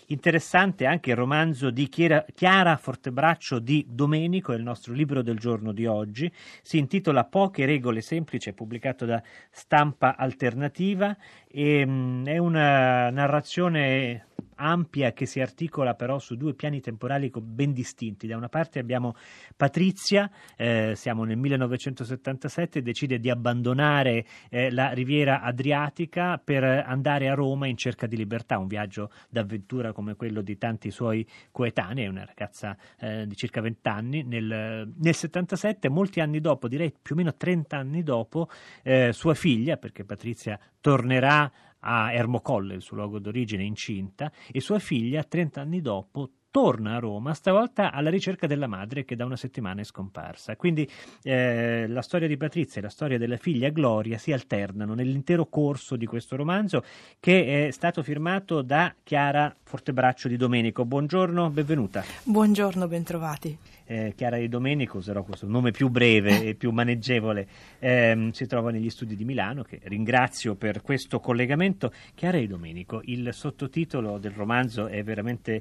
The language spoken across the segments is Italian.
Interessante anche il romanzo di Chiara Fortebraccio di Domenico, è il nostro libro del giorno di oggi. Si intitola Poche regole semplici, è pubblicato da Stampa Alternativa e è una narrazione ampia che si articola però su due piani temporali ben distinti. Da una parte abbiamo Patrizia, siamo nel 1977, decide di abbandonare la riviera adriatica per andare a Roma in cerca di libertà, un viaggio d'avventura come quello di tanti suoi coetanei. È una ragazza di circa 20 anni. Nel 77, molti anni dopo, direi più o meno 30 anni dopo, sua figlia, perché Patrizia tornerà a Ermocolle, il suo luogo d'origine, incinta, e sua figlia 30 anni dopo torna a Roma, stavolta alla ricerca della madre che da una settimana è scomparsa. Quindi la storia di Patrizia e la storia della figlia Gloria si alternano nell'intero corso di questo romanzo, che è stato firmato da Chiara Fortebraccio di Domenico. Buongiorno, benvenuta. Buongiorno, bentrovati. Chiara di Domenico, userò questo nome più breve e più maneggevole, si trova negli studi di Milano, che ringrazio per questo collegamento. Chiara di Domenico, il sottotitolo del romanzo è veramente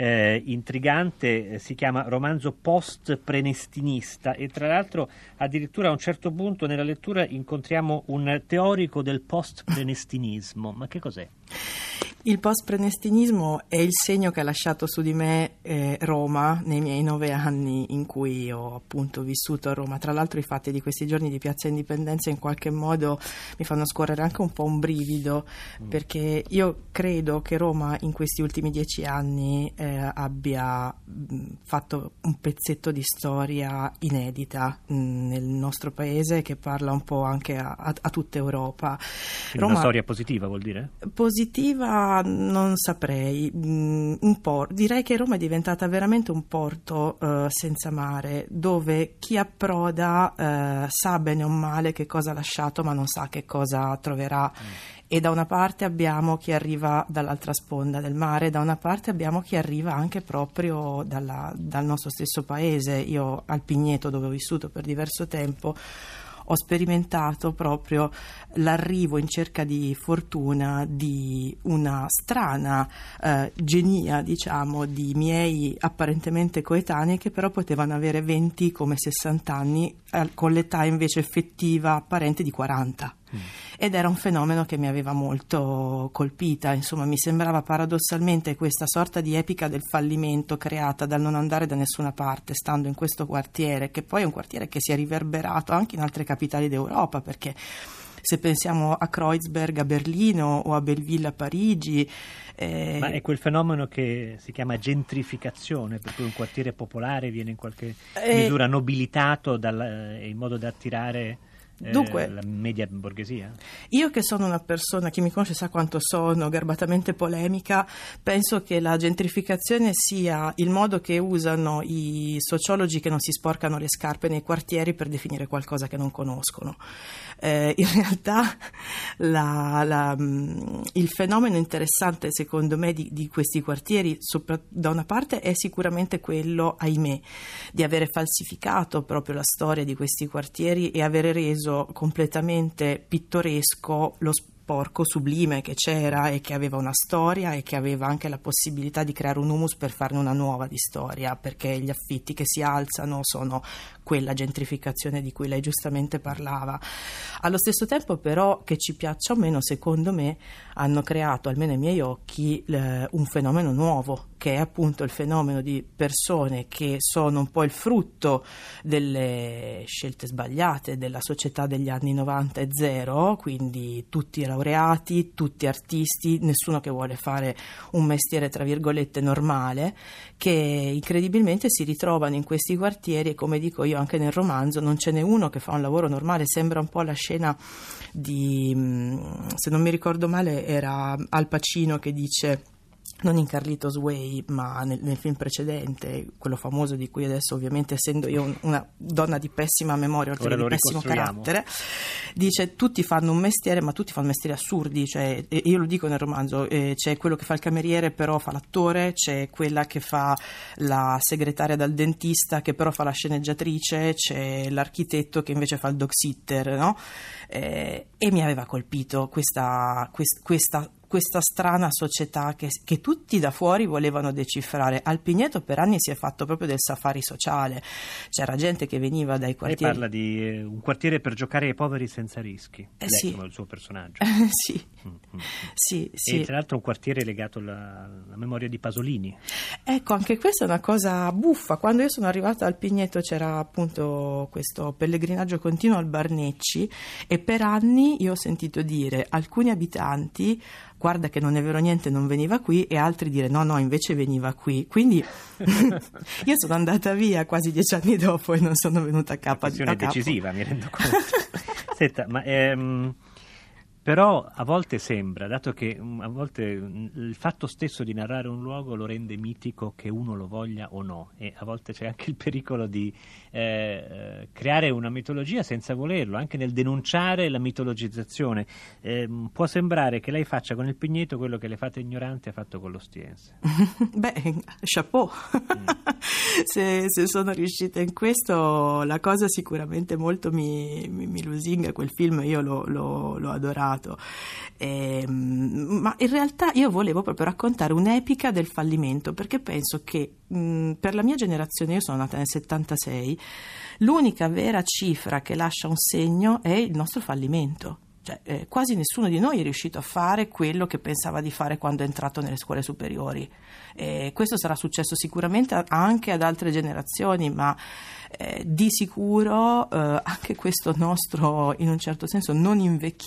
intrigante, si chiama romanzo post-prenestinista e tra l'altro addirittura a un certo punto nella lettura incontriamo un teorico del post-prenestinismo. Ma che cos'è? Il post-prenestinismo è il segno che ha lasciato su di me Roma nei miei 9 anni in cui ho appunto vissuto a Roma. Tra l'altro i fatti di questi giorni di Piazza Indipendenza in qualche modo mi fanno scorrere anche un po' un brivido, perché io credo che Roma in questi ultimi 10 anni abbia fatto un pezzetto di storia inedita nel nostro paese, che parla un po' anche a tutta Europa. Roma, una storia positiva vuol dire? Positiva non saprei, un po'. Direi che Roma è diventata veramente un porto senza mare, dove chi approda sa bene o male che cosa ha lasciato, ma non sa che cosa troverà. E da una parte abbiamo chi arriva dall'altra sponda del mare, da una parte abbiamo chi arriva anche proprio dal nostro stesso paese. Io al Pigneto, dove ho vissuto per diverso tempo, ho sperimentato proprio l'arrivo in cerca di fortuna di una strana genia, diciamo, di miei apparentemente coetanei che però potevano avere 20 come 60 anni, con l'età invece effettiva apparente di 40. Ed era un fenomeno che mi aveva molto colpita. Insomma, mi sembrava paradossalmente questa sorta di epica del fallimento creata dal non andare da nessuna parte stando in questo quartiere, che poi è un quartiere che si è riverberato anche in altre capitali d'Europa, perché se pensiamo a Kreuzberg a Berlino o a Belleville a Parigi. Ma è quel fenomeno che si chiama gentrificazione, per cui un quartiere popolare viene in qualche misura nobilitato in modo da attirare Dunque, la media borghesia? Io, che sono una persona, chi mi conosce sa quanto sono garbatamente polemica, penso che la gentrificazione sia il modo che usano i sociologi che non si sporcano le scarpe nei quartieri per definire qualcosa che non conoscono. In realtà il fenomeno interessante secondo me di questi quartieri, da una parte, è sicuramente quello, ahimè, di avere falsificato proprio la storia di questi quartieri e avere reso completamente pittoresco lo sporco sublime che c'era e che aveva una storia e che aveva anche la possibilità di creare un humus per farne una nuova di storia, perché gli affitti che si alzano sono quella gentrificazione di cui lei giustamente parlava. Allo stesso tempo però, che ci piaccia o meno, secondo me hanno creato, almeno ai miei occhi, un fenomeno nuovo, che è appunto il fenomeno di persone che sono un po' il frutto delle scelte sbagliate della società degli anni 90 e 0, quindi tutti laureati, tutti artisti, nessuno che vuole fare un mestiere tra virgolette normale, che incredibilmente si ritrovano in questi quartieri e, come dico io anche nel romanzo, non ce n'è uno che fa un lavoro normale. Sembra un po' la scena di, se non mi ricordo male, era Al Pacino che dice, non in Carlitos Way ma nel film precedente, quello famoso di cui adesso, ovviamente, essendo io una donna di pessima memoria oltre che di pessimo carattere, dice: tutti fanno un mestiere, ma tutti fanno mestieri assurdi. Cioè, io lo dico nel romanzo, c'è quello che fa il cameriere però fa l'attore, c'è quella che fa la segretaria dal dentista che però fa la sceneggiatrice, c'è l'architetto che invece fa il dog sitter, no? E mi aveva colpito questo questa strana società che tutti da fuori volevano decifrare. Al Pigneto per anni si è fatto proprio del safari sociale, c'era gente che veniva dai quartieri. Lei parla di un quartiere per giocare ai poveri senza rischi, lei come il suo personaggio. Sì. Sì. E tra l'altro un quartiere legato alla memoria di Pasolini. Ecco, anche questa è una cosa buffa. Quando io sono arrivata al Pigneto c'era appunto questo pellegrinaggio continuo al Barnecci, e per anni io ho sentito dire alcuni abitanti: guarda che non è vero niente, non veniva qui, e altri dire no, invece veniva qui. Quindi io sono andata via quasi 10 anni dopo e non sono venuta a capo. Una questione decisiva, mi rendo conto. Senta, ma però a volte sembra, dato che a volte il fatto stesso di narrare un luogo lo rende mitico, che uno lo voglia o no, e a volte c'è anche il pericolo di creare una mitologia senza volerlo, anche nel denunciare la mitologizzazione. Può sembrare che lei faccia con il Pigneto quello che le fate ignoranti ha fatto con l'Ostiense. Beh, chapeau. Se sono riuscita in questo, la cosa sicuramente molto mi lusinga. Quel film io l'ho adorato. Ma in realtà io volevo proprio raccontare un'epica del fallimento, perché penso che per la mia generazione, io sono nata nel 76, l'unica vera cifra che lascia un segno è il nostro fallimento. Cioè, quasi nessuno di noi è riuscito a fare quello che pensava di fare quando è entrato nelle scuole superiori. Questo sarà successo sicuramente anche ad altre generazioni, ma di sicuro anche questo nostro, in un certo senso, non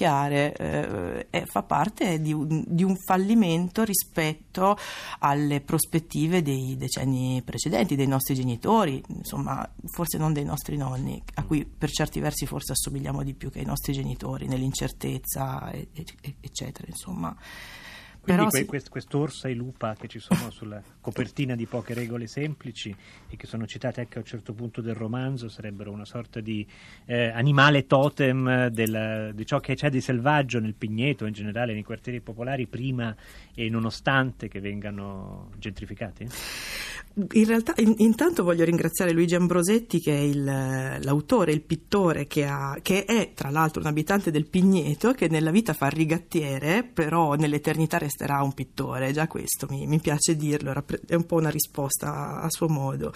invecchiare fa parte di un fallimento rispetto alle prospettive dei decenni precedenti, dei nostri genitori, insomma, forse non dei nostri nonni, a cui per certi versi forse assomigliamo di più che ai nostri genitori nell'incertezza, eccetera, insomma. Quindi Però quest'orsa e lupa che ci sono sulla copertina di Poche regole semplici e che sono citate anche a un certo punto del romanzo sarebbero una sorta di animale totem di ciò che c'è di selvaggio nel Pigneto, in generale nei quartieri popolari, prima e nonostante che vengano gentrificati? In realtà intanto voglio ringraziare Luigi Ambrosetti, che è l'autore, il pittore, che è tra l'altro un abitante del Pigneto, che nella vita fa il rigattiere, però nell'eternità resterà un pittore. Già questo mi piace dirlo, è un po' una risposta a suo modo.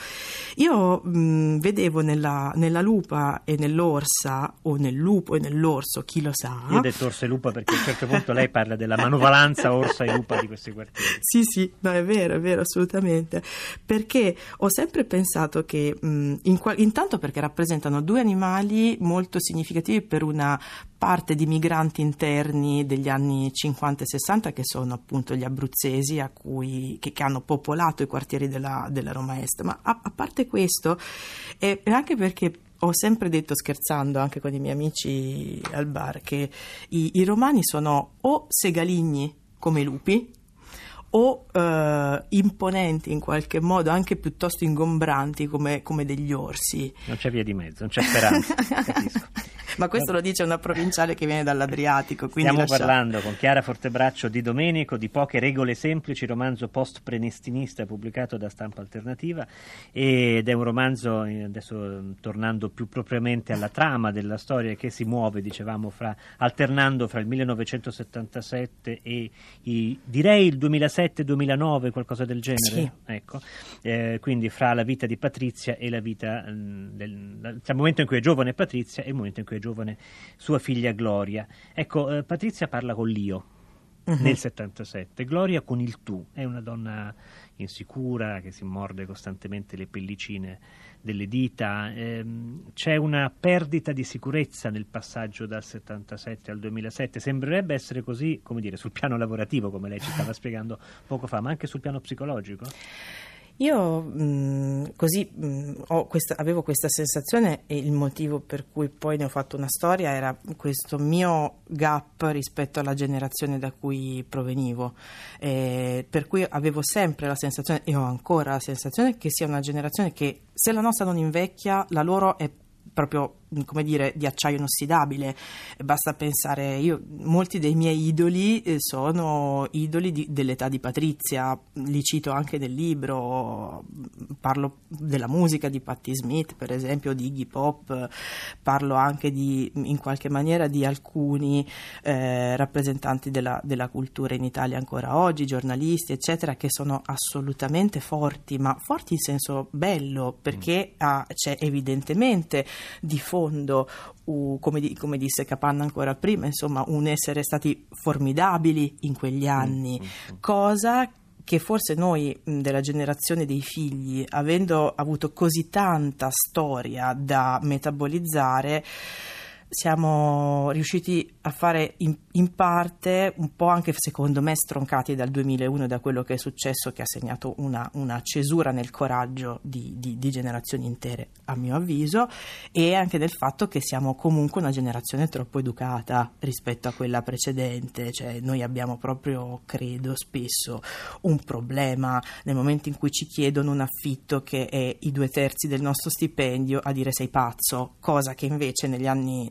Io vedevo nella lupa e nell'orsa, o nel lupo e nell'orso, chi lo sa. Io ho detto orsa e lupa perché a un certo punto lei parla della manovalanza orsa e lupa di questi quartieri. Sì, no, è vero, assolutamente. Perché ho sempre pensato che intanto perché rappresentano due animali molto significativi per una parte di migranti interni degli anni 50 e 60, che sono appunto gli abruzzesi che hanno popolato i quartieri della Roma Est. Ma a parte questo, e anche perché ho sempre detto, scherzando anche con i miei amici al bar, che i romani sono o segaligni come i lupi, o imponenti in qualche modo, anche piuttosto ingombranti come degli orsi. Non c'è via di mezzo, non c'è speranza. Capisco. Ma questo lo dice una provinciale che viene dall'Adriatico. Stiamo parlando con Chiara Fortebraccio di Domenico di Poche regole semplici, romanzo post-prenestinista pubblicato da Stampa Alternativa, ed è un romanzo, adesso tornando più propriamente alla trama della storia, che si muove, dicevamo, alternando fra il 1977 e direi il 2007-2009, qualcosa del genere. Sì. Ecco. Quindi fra la vita di Patrizia e la vita il momento in cui è giovane Patrizia e il momento in cui è giovane sua figlia Gloria. Ecco, Patrizia parla con l'io nel 77, Gloria con il tu. È una donna insicura che si morde costantemente le pellicine delle dita. C'è una perdita di sicurezza nel passaggio dal 77 al 2007. Sembrerebbe essere così, come dire, sul piano lavorativo, come lei ci stava spiegando poco fa, ma anche sul piano psicologico? Io avevo questa sensazione, e il motivo per cui poi ne ho fatto una storia era questo mio gap rispetto alla generazione da cui provenivo, per cui avevo sempre la sensazione, e ho ancora la sensazione, che sia una generazione che, se la nostra non invecchia, la loro è proprio come dire, di acciaio inossidabile. Basta pensare, molti dei miei idoli sono idoli dell'età di Patrizia, li cito anche nel libro, parlo della musica di Patti Smith, per esempio, di Iggy Pop, parlo anche in qualche maniera di alcuni rappresentanti della cultura in Italia ancora oggi, giornalisti, eccetera, che sono assolutamente forti, ma forti in senso bello, perché c'è evidentemente di fondo, come disse Capanna ancora prima, insomma, un essere stati formidabili in quegli anni, cosa che forse noi della generazione dei figli, avendo avuto così tanta storia da metabolizzare, siamo riusciti a fare in parte, un po' anche secondo me stroncati dal 2001, da quello che è successo, che ha segnato una cesura nel coraggio di generazioni intere, a mio avviso, e anche del fatto che siamo comunque una generazione troppo educata rispetto a quella precedente. Cioè, noi abbiamo proprio, credo, spesso un problema nel momento in cui ci chiedono un affitto che è i 2/3 del nostro stipendio, a dire sei pazzo, cosa che invece negli anni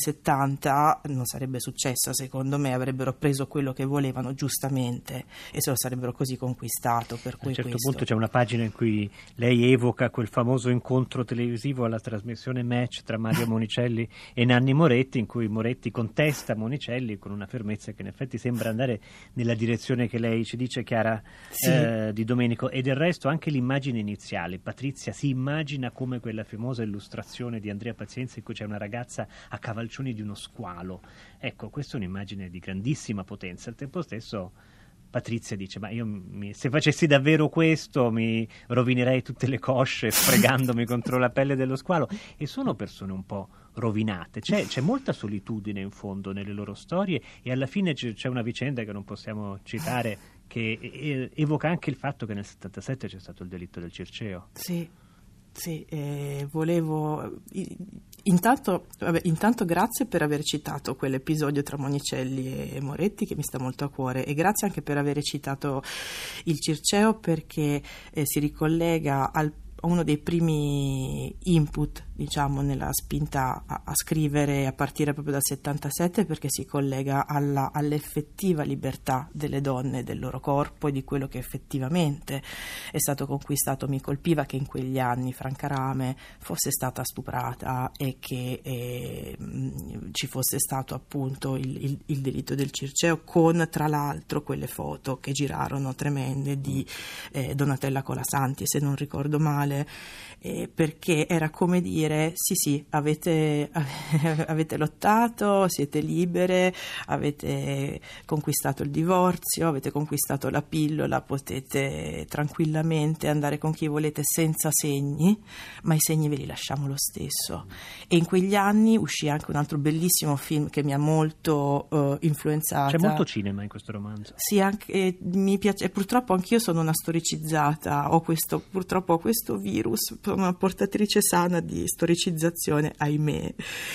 70 non sarebbe successa, secondo me. Avrebbero preso quello che volevano giustamente e se lo sarebbero così conquistato. Per cui a un certo punto c'è una pagina in cui lei evoca quel famoso incontro televisivo alla trasmissione Match tra Mario Monicelli e Nanni Moretti, in cui Moretti contesta Monicelli con una fermezza che in effetti sembra andare nella direzione che lei ci dice, Chiara, sì, di Domenico. E del resto anche l'immagine iniziale, Patrizia si immagina come quella famosa illustrazione di Andrea Pazienza in cui c'è una ragazza a cavalcioni di uno squalo. Ecco, questa è un'immagine di grandissima potenza. Al tempo stesso Patrizia dice: ma io se facessi davvero questo mi rovinerei tutte le cosce sfregandomi contro la pelle dello squalo. E sono persone un po' rovinate, c'è molta solitudine in fondo nelle loro storie, e alla fine c'è una vicenda che non possiamo citare che evoca anche il fatto che nel 77 c'è stato il delitto del Circeo. Sì, volevo intanto grazie per aver citato quell'episodio tra Monicelli e Moretti, che mi sta molto a cuore, e grazie anche per aver citato il Circeo, perché si ricollega a uno dei primi input, diciamo, nella spinta a scrivere a partire proprio dal 77, perché si collega all'effettiva libertà delle donne, del loro corpo e di quello che effettivamente è stato conquistato. Mi colpiva che in quegli anni Franca Rame fosse stata stuprata e che ci fosse stato appunto il delitto del Circeo, con tra l'altro quelle foto che girarono tremende di Donatella Colasanti, se non ricordo male, perché era come dire: sì, avete lottato, siete libere, avete conquistato il divorzio, avete conquistato la pillola, potete tranquillamente andare con chi volete senza segni, ma i segni ve li lasciamo lo stesso. E in quegli anni uscì anche un altro bellissimo film che mi ha molto influenzata. C'è molto cinema in questo romanzo. Sì, anche mi piace, e purtroppo anch'io sono una storicizzata, purtroppo ho questo virus, sono una portatrice sana di storicizzazione, ahimè.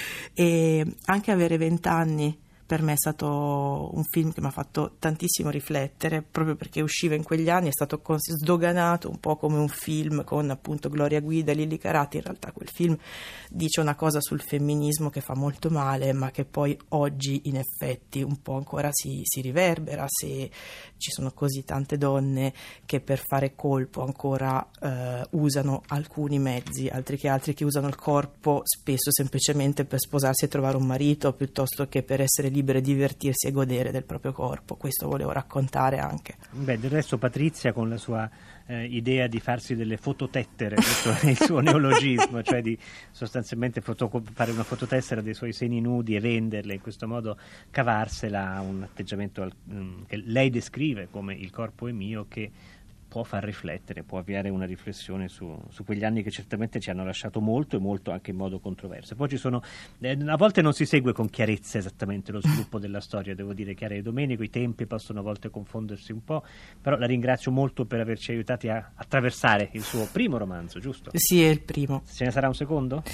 E anche avere 20 anni per me è stato un film che mi ha fatto tantissimo riflettere, proprio perché usciva in quegli anni, è stato sdoganato un po' come un film con appunto Gloria Guida e Lilli Carati. In realtà quel film dice una cosa sul femminismo che fa molto male, ma che poi oggi in effetti un po' ancora si riverbera, se ci sono così tante donne che per fare colpo ancora usano alcuni mezzi, altri che usano il corpo spesso semplicemente per sposarsi e trovare un marito, piuttosto che per essere libere, divertirsi e godere del proprio corpo. Questo volevo raccontare anche. Del resto Patrizia, con la sua idea di farsi delle fototettere, questo è il suo neologismo, cioè di sostanzialmente fare una fototessera dei suoi seni nudi e venderle, in questo modo cavarsela, un atteggiamento che lei descrive come il corpo è mio, che può far riflettere, può avviare una riflessione su quegli anni che certamente ci hanno lasciato molto, e molto anche in modo controverso. Poi ci sono, a volte non si segue con chiarezza esattamente lo sviluppo della storia, devo dire, Chiara e Domenico, i tempi possono a volte confondersi un po', però la ringrazio molto per averci aiutati a attraversare il suo primo romanzo, giusto? Sì, è il primo. Ce ne sarà un secondo?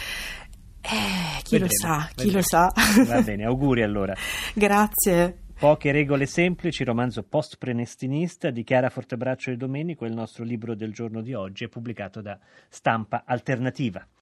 Chi lo sa. Va bene, auguri allora. Grazie. Poche regole semplici, romanzo post-prenestinista di Chiara Fortebraccio e Domenico, è il nostro libro del giorno di oggi, è pubblicato da Stampa Alternativa.